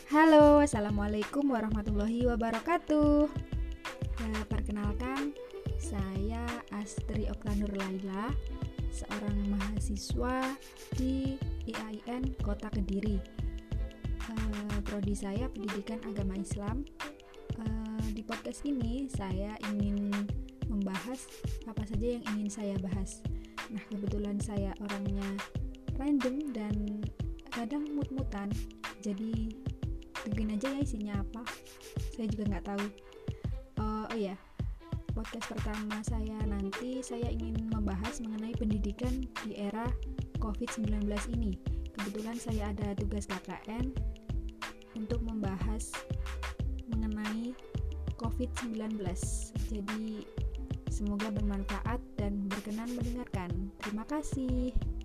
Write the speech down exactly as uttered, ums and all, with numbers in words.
Halo, Assalamualaikum warahmatullahi wabarakatuh. Ya, perkenalkan, saya Astri Oktanur Laila, seorang mahasiswa di I A I N Kota Kediri. Uh, prodi saya Pendidikan Agama Islam. Uh, di podcast ini saya ingin membahas apa saja yang ingin saya bahas. Nah, kebetulan saya orangnya random dan kadang mut-mutan, jadi tungguin aja ya isinya apa, saya juga nggak tahu. uh, oh ya podcast pertama saya nanti saya ingin membahas mengenai pendidikan di era covid sembilan belas ini. Kebetulan saya ada tugas K K N untuk membahas mengenai covid sembilan belas, jadi semoga bermanfaat dan berkenan mendengarkan. Terima kasih.